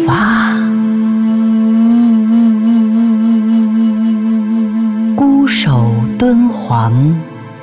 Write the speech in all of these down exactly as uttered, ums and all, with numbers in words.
法。孤守敦煌。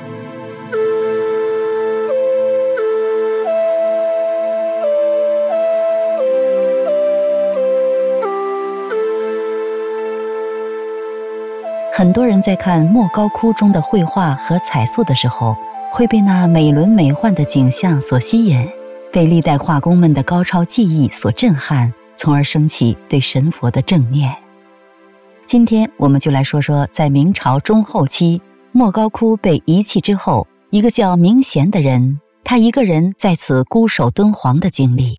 很多人在看莫高窟中的绘画和彩塑的时候，会被那美轮美奂的景象所吸引，被历代画工们的高超技艺所震撼，从而升起对神佛的正念。今天我们就来说说，在明朝中后期，莫高窟被遗弃之后，一个叫明贤的人，他一个人在此孤守敦煌的经历。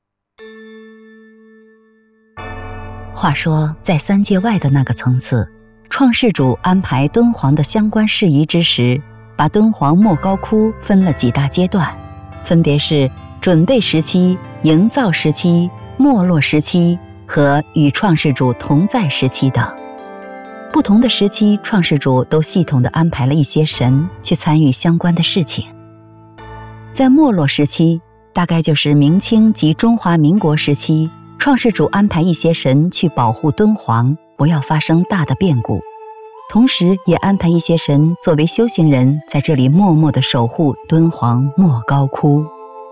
话说，在三界外的那个层次，创世主安排敦煌的相关事宜之时，把敦煌莫高窟分了几大阶段，分别是准备时期、营造时期、没落时期和与创世主同在时期等。不同的时期，创世主都系统地安排了一些神去参与相关的事情。在没落时期，大概就是明清及中华民国时期，创世主安排一些神去保护敦煌，不要发生大的变故，同时也安排一些神作为修行人，在这里默默地守护敦煌莫高窟。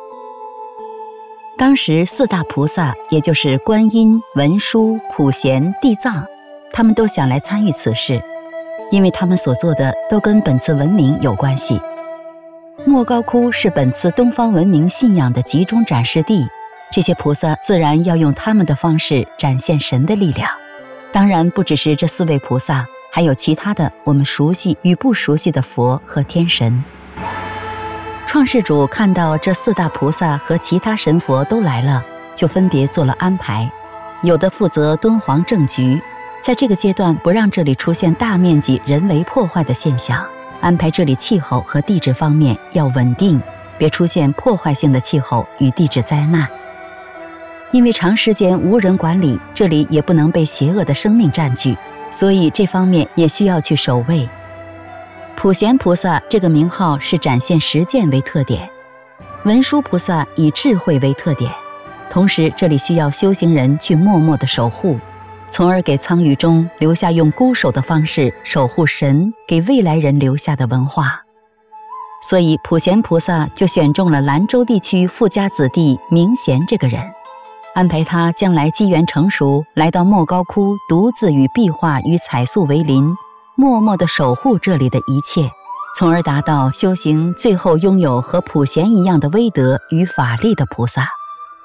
当时四大菩萨，也就是观音、文殊、普贤、地藏，他们都想来参与此事，因为他们所做的都跟本次文明有关系。莫高窟是本次东方文明信仰的集中展示地，这些菩萨自然要用他们的方式展现神的力量。当然不只是这四位菩萨，还有其他的我们熟悉与不熟悉的佛和天神。创世主看到这四大菩萨和其他神佛都来了，就分别做了安排。有的负责敦煌政局，在这个阶段不让这里出现大面积人为破坏的现象，安排这里气候和地质方面要稳定，别出现破坏性的气候与地质灾难。因为长时间无人管理，这里也不能被邪恶的生命占据，所以这方面也需要去守卫。普贤菩萨这个名号是展现实践为特点，文殊菩萨以智慧为特点，同时这里需要修行人去默默的守护，从而给苍宇中留下用孤守的方式守护神给未来人留下的文化。所以普贤菩萨就选中了兰州地区富家子弟明贤这个人，安排他将来机缘成熟，来到莫高窟，独自与壁画与彩塑为邻，默默地守护这里的一切，从而达到修行最后拥有和普贤一样的威德与法力的菩萨。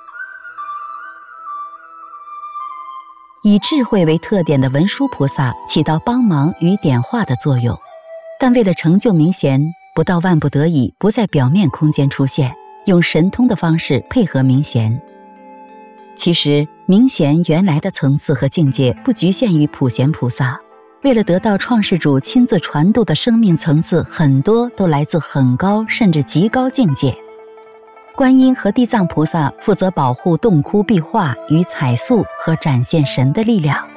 以智慧为特点的文殊菩萨起到帮忙与点化的作用，但为了成就明贤，不到万不得已不在表面空间出现，用神通的方式配合明贤。其实明贤原来的层次和境界不局限于普贤菩萨，为了得到创世主亲自传渡的生命层次，很多都来自很高甚至极高境界。观音和地藏菩萨负责保护洞窟壁画与彩塑和展现神的力量。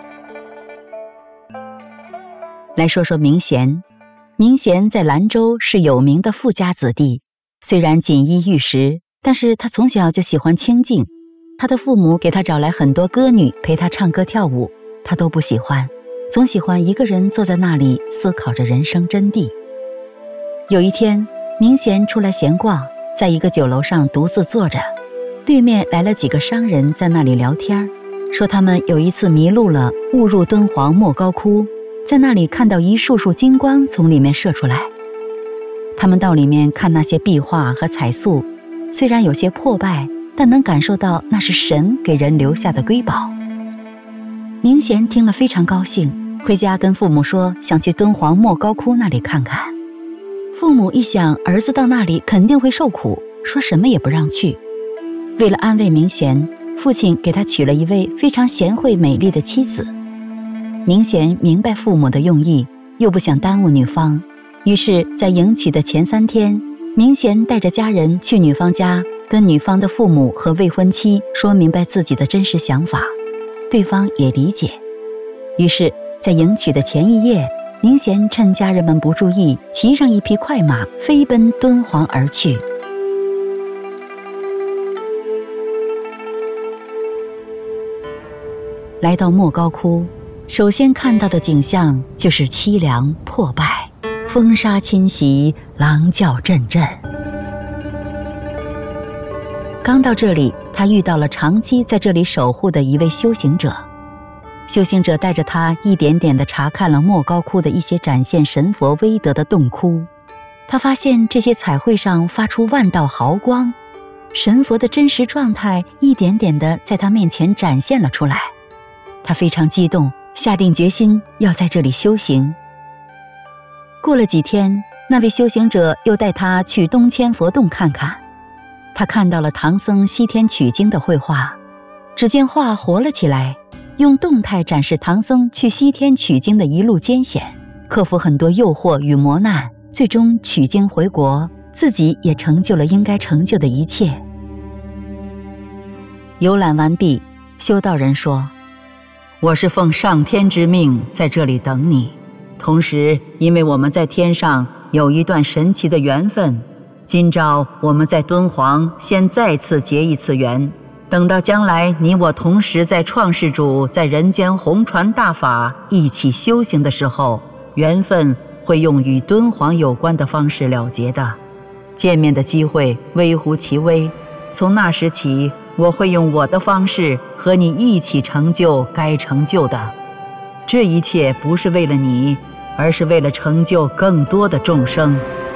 来说说明贤。明贤在兰州是有名的富家子弟，虽然锦衣玉食，但是他从小就喜欢清静。他的父母给他找来很多歌女陪他唱歌跳舞，他都不喜欢，总喜欢一个人坐在那里思考着人生真谛。有一天，明贤出来闲逛，在一个酒楼上独自坐着，对面来了几个商人在那里聊天，说他们有一次迷路了，误入敦煌莫高窟，在那里看到一束束金光从里面射出来。他们到里面看那些壁画和彩塑，虽然有些破败，但能感受到那是神给人留下的瑰宝。明贤听了非常高兴，回家跟父母说想去敦煌莫高窟那里看看。父母一想儿子到那里肯定会受苦，说什么也不让去。为了安慰明贤，父亲给他娶了一位非常贤惠美丽的妻子。明贤明白父母的用意，又不想耽误女方，于是在迎娶的前三天，明贤带着家人去女方家，跟女方的父母和未婚妻说明白自己的真实想法，对方也理解。于是在迎娶的前一夜，明贤趁家人们不注意，骑上一匹快马，飞奔敦煌而去。 来到莫高窟，首先看到的景象就是凄凉破败，风沙侵袭，狼叫阵阵。刚到这里，他遇到了长期在这里守护的一位修行者。修行者带着他一点点地查看了莫高窟的一些展现神佛威德的洞窟。他发现这些彩绘上发出万道毫光，神佛的真实状态一点点地在他面前展现了出来。他非常激动，下定决心要在这里修行。过了几天，那位修行者又带他去东千佛洞看看。他看到了唐僧西天取经的绘画，只见画活了起来，用动态展示唐僧去西天取经的一路艰险，克服很多诱惑与磨难，最终取经回国，自己也成就了应该成就的一切。游览完毕，修道人说：我是奉上天之命在这里等你，同时因为我们在天上有一段神奇的缘分，今朝我们在敦煌先再次结一次缘，等到将来你我同时在创世主在人间弘传大法一起修行的时候，缘分会用与敦煌有关的方式了结的。见面的机会微乎其微，从那时起，我会用我的方式和你一起成就该成就的。这一切不是为了你，而是为了成就更多的众生。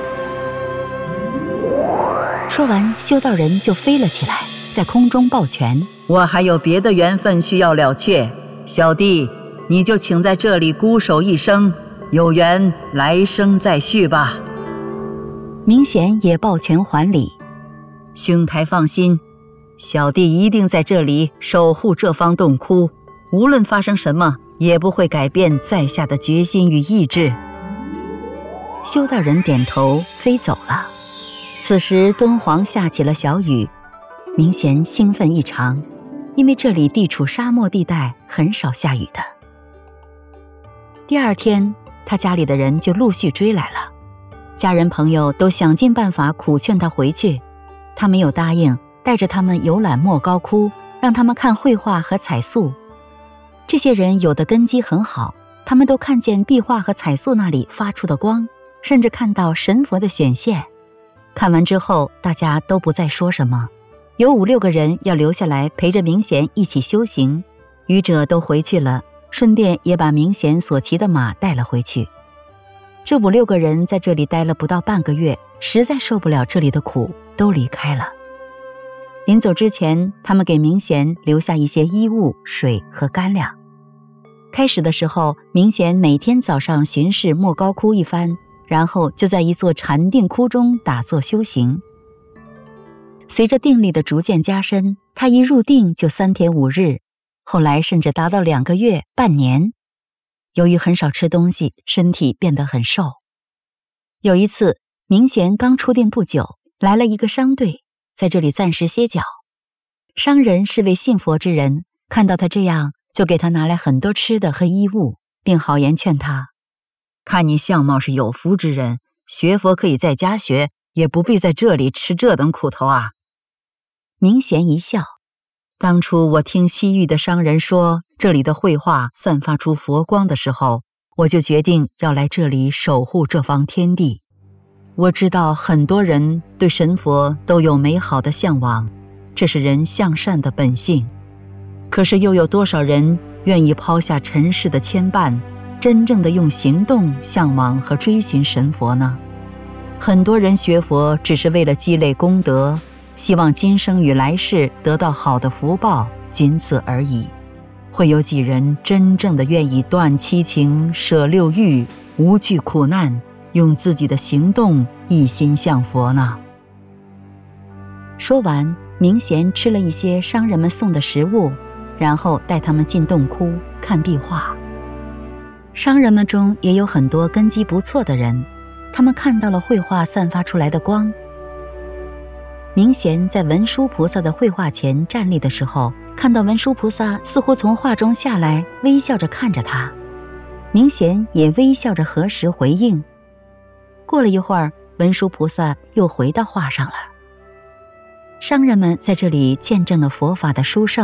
说完，修道人就飞了起来，在空中抱拳：我还有别的缘分需要了却，小弟你就请在这里孤守一生，有缘来生再续吧。明贤也抱拳还礼：兄台放心，小弟一定在这里守护这方洞窟，无论发生什么也不会改变在下的决心与意志。修道人点头飞走了。此时敦煌下起了小雨，明贤兴奋异常，因为这里地处沙漠地带，很少下雨的。第二天，他家里的人就陆续追来了，家人朋友都想尽办法苦劝他回去，他没有答应，带着他们游览莫高窟，让他们看绘画和彩塑。这些人有的根基很好，他们都看见壁画和彩塑那里发出的光，甚至看到神佛的显现。看完之后，大家都不再说什么，有五六个人要留下来陪着明贤一起修行，余者都回去了，顺便也把明贤所骑的马带了回去。这五六个人在这里待了不到半个月，实在受不了这里的苦，都离开了。临走之前，他们给明贤留下一些衣物、水和干粮。开始的时候，明贤每天早上巡视莫高窟一番，然后就在一座禅定窟中打坐修行。随着定力的逐渐加深，他一入定就三天五日，后来甚至达到两个月、半年。由于很少吃东西，身体变得很瘦。有一次，明贤刚出定不久，来了一个商队，在这里暂时歇脚。商人是位信佛之人，看到他这样，就给他拿来很多吃的和衣物，并好言劝他：看你相貌是有福之人，学佛可以在家学，也不必在这里吃这等苦头啊。明贤一笑：当初我听西域的商人说这里的绘画散发出佛光的时候，我就决定要来这里守护这方天地。我知道很多人对神佛都有美好的向往，这是人向善的本性。可是又有多少人愿意抛下尘世的牵绊，真正的用行动向往和追寻神佛呢？很多人学佛只是为了积累功德，希望今生与来世得到好的福报，仅此而已。会有几人真正的愿意断七情、舍六欲、无惧苦难，用自己的行动一心向佛呢？说完，明贤吃了一些商人们送的食物，然后带他们进洞窟看壁画。商人们中也有很多根基不错的人，他们看到了绘画散发出来的光。明贤在文殊菩萨的绘画前站立的时候，看到文殊菩萨似乎从画中下来，微笑着看着他。明贤也微笑着合十回应。过了一会儿，文殊菩萨又回到画上了。商人们在这里见证了佛法的殊胜，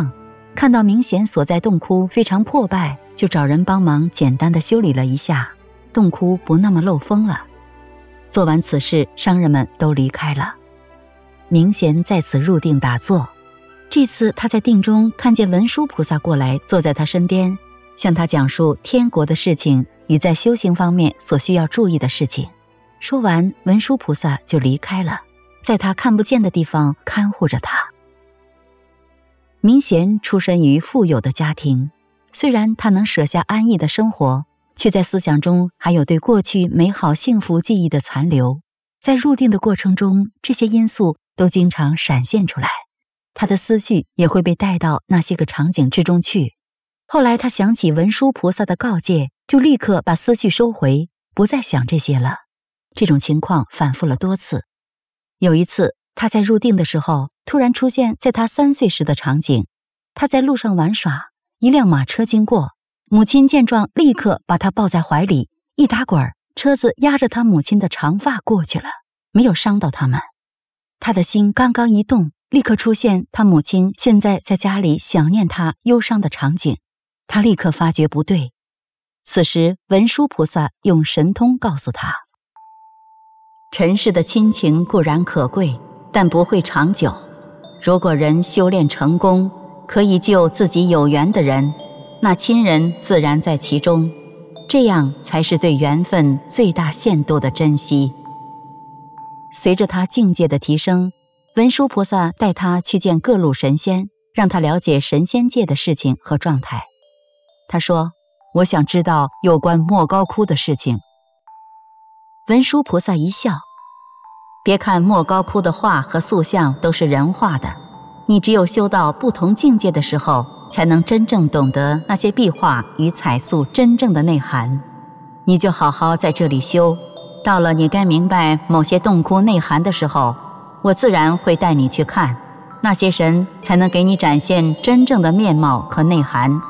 看到明贤所在洞窟非常破败，就找人帮忙简单的修理了一下，洞窟不那么漏风了。做完此事，商人们都离开了。明贤在此入定打坐，这次他在定中看见文殊菩萨过来，坐在他身边，向他讲述天国的事情与在修行方面所需要注意的事情。说完，文殊菩萨就离开了，在他看不见的地方看护着他。明贤出身于富有的家庭，虽然他能舍下安逸的生活，却在思想中还有对过去美好幸福记忆的残留。在入定的过程中，这些因素都经常闪现出来，他的思绪也会被带到那些个场景之中去。后来他想起文殊菩萨的告诫，就立刻把思绪收回，不再想这些了。这种情况反复了多次。有一次，他在入定的时候，突然出现在他三岁时的场景。他在路上玩耍，一辆马车经过，母亲见状立刻把他抱在怀里，一打滚，车子压着他母亲的长发过去了，没有伤到他们。他的心刚刚一动，立刻出现他母亲现在在家里想念他忧伤的场景。他立刻发觉不对。此时文殊菩萨用神通告诉他，尘世的亲情固然可贵，但不会长久。如果人修炼成功，可以救自己有缘的人，那亲人自然在其中，这样才是对缘分最大限度的珍惜。随着他境界的提升，文殊菩萨带他去见各路神仙，让他了解神仙界的事情和状态。他说，我想知道有关莫高窟的事情。文殊菩萨一笑，别看莫高窟的画和塑像都是人画的，你只有修到不同境界的时候，才能真正懂得那些壁画与彩塑真正的内涵。你就好好在这里修，到了你该明白某些洞窟内涵的时候，我自然会带你去看，那些神才能给你展现真正的面貌和内涵。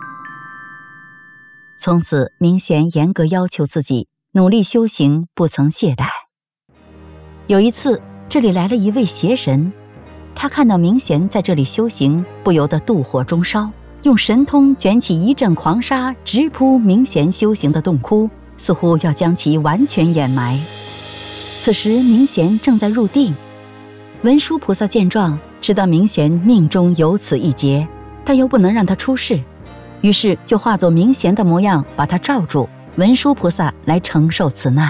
从此，明贤严格要求自己，努力修行，不曾懈怠。有一次，这里来了一位邪神，他看到明贤在这里修行，不由得妒火中烧，用神通卷起一阵狂沙，直扑明贤修行的洞窟，似乎要将其完全掩埋。此时明贤正在入定，文殊菩萨见状，知道明贤命中有此一劫，但又不能让他出事，于是就化作明贤的模样，把他罩住，文殊菩萨来承受此难。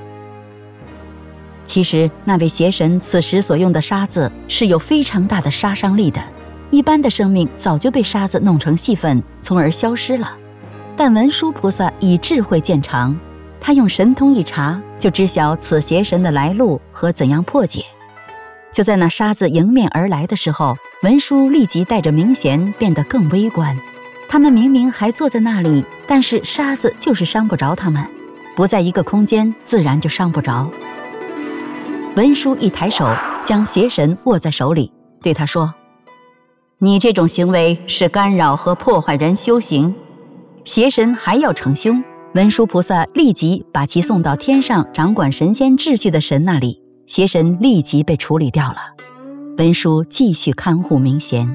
其实那位邪神此时所用的沙子是有非常大的杀伤力的，一般的生命早就被沙子弄成细粉，从而消失了。但文殊菩萨以智慧见长，他用神通一查，就知晓此邪神的来路和怎样破解。就在那沙子迎面而来的时候，文殊立即带着明贤变得更微观。他们明明还坐在那里，但是沙子就是伤不着他们，不在一个空间，自然就伤不着。文殊一抬手，将邪神握在手里，对他说，你这种行为是干扰和破坏人修行，邪神还要逞凶。文殊菩萨立即把其送到天上掌管神仙秩序的神那里，邪神立即被处理掉了。文殊继续看护明贤。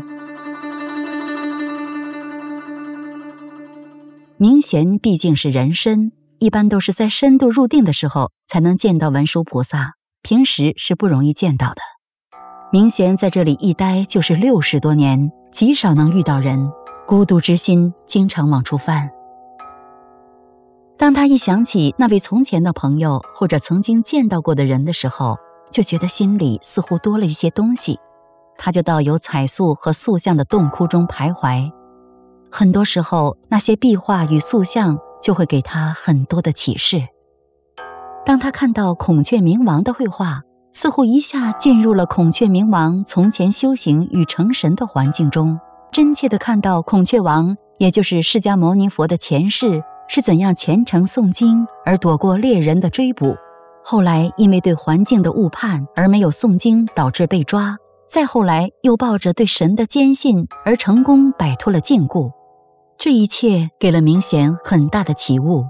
明贤毕竟是人身，一般都是在深度入定的时候才能见到文殊菩萨，平时是不容易见到的。明贤在这里一待就是六十多年，极少能遇到人，孤独之心经常往出翻。当他一想起那位从前的朋友或者曾经见到过的人的时候，就觉得心里似乎多了一些东西。他就到有彩塑和塑像的洞窟中徘徊，很多时候那些壁画与塑像就会给他很多的启示。当他看到孔雀明王的绘画，似乎一下进入了孔雀明王从前修行与成神的环境中，真切地看到孔雀王，也就是释迦牟尼佛的前世，是怎样虔诚诵经而躲过猎人的追捕，后来因为对环境的误判而没有诵经导致被抓，再后来又抱着对神的坚信而成功摆脱了禁锢。这一切给了明贤很大的启悟。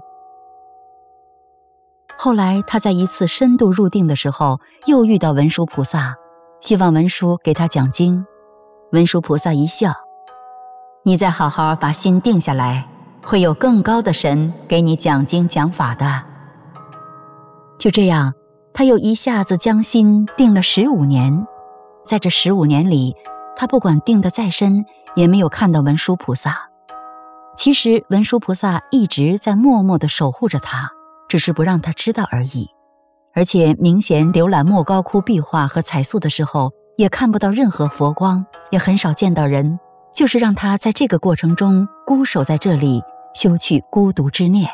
后来他在一次深度入定的时候，又遇到文殊菩萨，希望文殊给他讲经。文殊菩萨一笑， 你再好好把心定下来，会有更高的神给你讲经讲法的。就这样，他又一下子将心定了十五年。在这十五年里，他不管定得再深，也没有看到文殊菩萨。其实文殊菩萨一直在默默地守护着他，只是不让他知道而已。而且明贤浏览莫高窟壁画和彩塑的时候，也看不到任何佛光，也很少见到人，就是让他在这个过程中孤守在这里，修去孤独之念。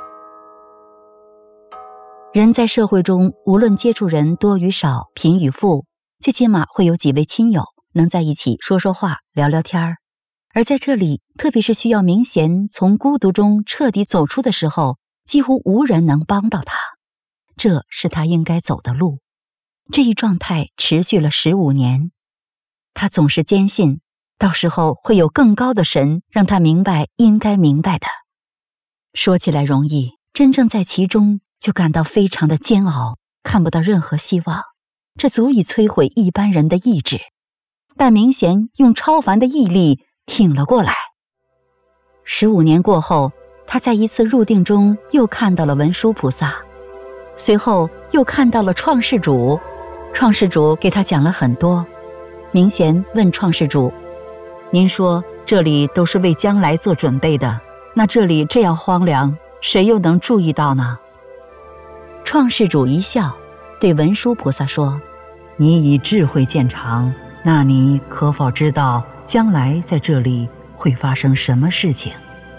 人在社会中，无论接触人多与少，贫与富，最起码会有几位亲友能在一起说说话，聊聊天儿。而在这里，特别是需要明贤从孤独中彻底走出的时候，几乎无人能帮到他。这是他应该走的路。这一状态持续了十五年。他总是坚信，到时候会有更高的神让他明白应该明白的。说起来容易，真正在其中就感到非常的煎熬，看不到任何希望，这足以摧毁一般人的意志。但明贤用超凡的毅力挺了过来。十五年过后，他在一次入定中又看到了文殊菩萨，随后又看到了创世主。创世主给他讲了很多。明贤问创世主，您说这里都是为将来做准备的，那这里这样荒凉，谁又能注意到呢？创世主一笑，对文殊菩萨说，你以智慧见长，那你可否知道将来在这里会发生什么事情？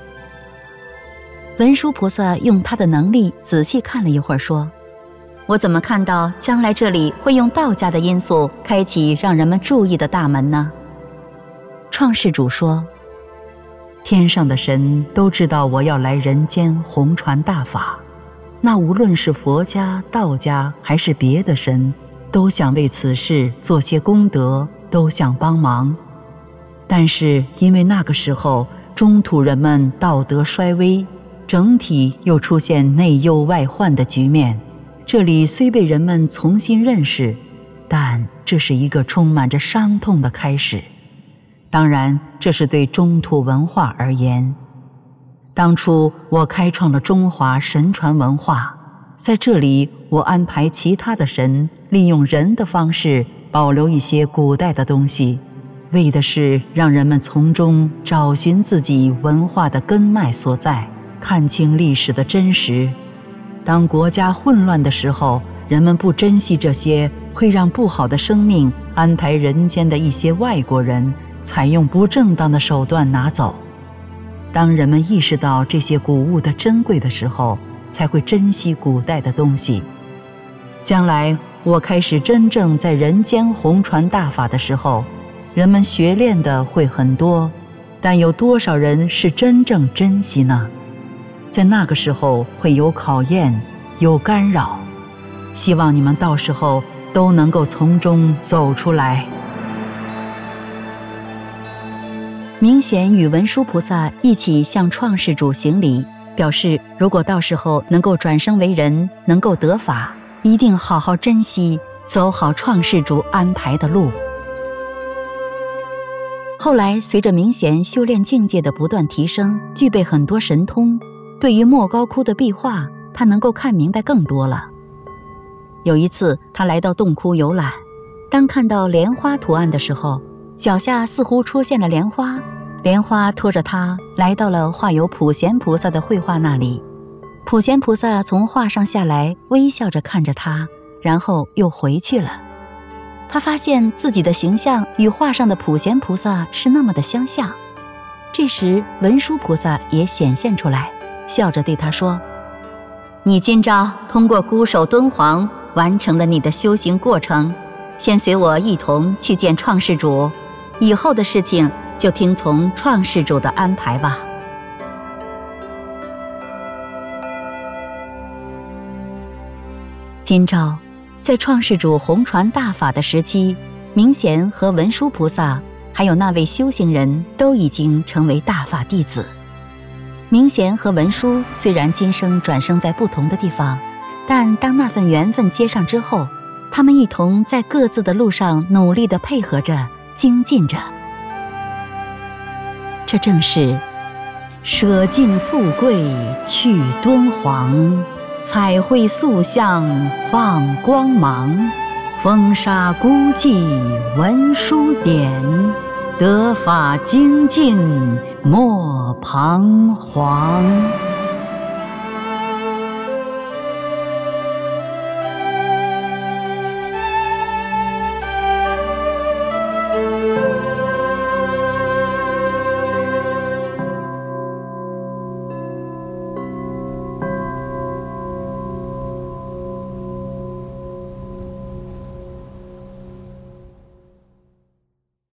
文殊菩萨用他的能力仔细看了一会儿，说，我怎么看到将来这里会用道家的因素开启让人们注意的大门呢？创世主说，天上的神都知道我要来人间弘传大法，那无论是佛家、道家还是别的神，都想为此事做些功德，都想帮忙。但是因为那个时候中土人们道德衰微，整体又出现内忧外患的局面，这里虽被人们重新认识，但这是一个充满着伤痛的开始。当然，这是对中土文化而言。当初我开创了中华神传文化，在这里我安排其他的神利用人的方式保留一些古代的东西，为的是让人们从中找寻自己文化的根脉所在，看清历史的真实。当国家混乱的时候，人们不珍惜这些会让不好的生命安排人间的一些外国人采用不正当的手段拿走。当人们意识到这些古物的珍贵的时候，才会珍惜古代的东西。将来我开始真正在人间弘传大法的时候，人们学练的会很多，但有多少人是真正珍惜呢？在那个时候会有考验，有干扰，希望你们到时候都能够从中走出来。明贤与文殊菩萨一起向创世主行礼，表示如果到时候能够转生为人，能够得法，一定好好珍惜，走好创世主安排的路。后来随着明贤修炼境界的不断提升，具备很多神通，对于莫高窟的壁画，他能够看明白更多了。有一次他来到洞窟游览，当看到莲花图案的时候，脚下似乎出现了莲花，莲花拖着他来到了画有普贤菩萨的绘画那里。普贤菩萨从画上下来，微笑着看着他，然后又回去了。他发现自己的形象与画上的普贤菩萨是那么的相像。这时文殊菩萨也显现出来，笑着对他说，你今朝通过孤守敦煌完成了你的修行过程，先随我一同去见创世主，以后的事情就听从创世主的安排吧。今朝在创世主弘传大法的时期，明贤和文殊菩萨还有那位修行人都已经成为大法弟子。明贤和文殊虽然今生转生在不同的地方，但当那份缘分接上之后，他们一同在各自的路上努力地配合着，精进着。 这正是舍尽富贵去敦煌，彩绘塑像放光芒，风沙孤寂文殊典，得法精进莫彷徨。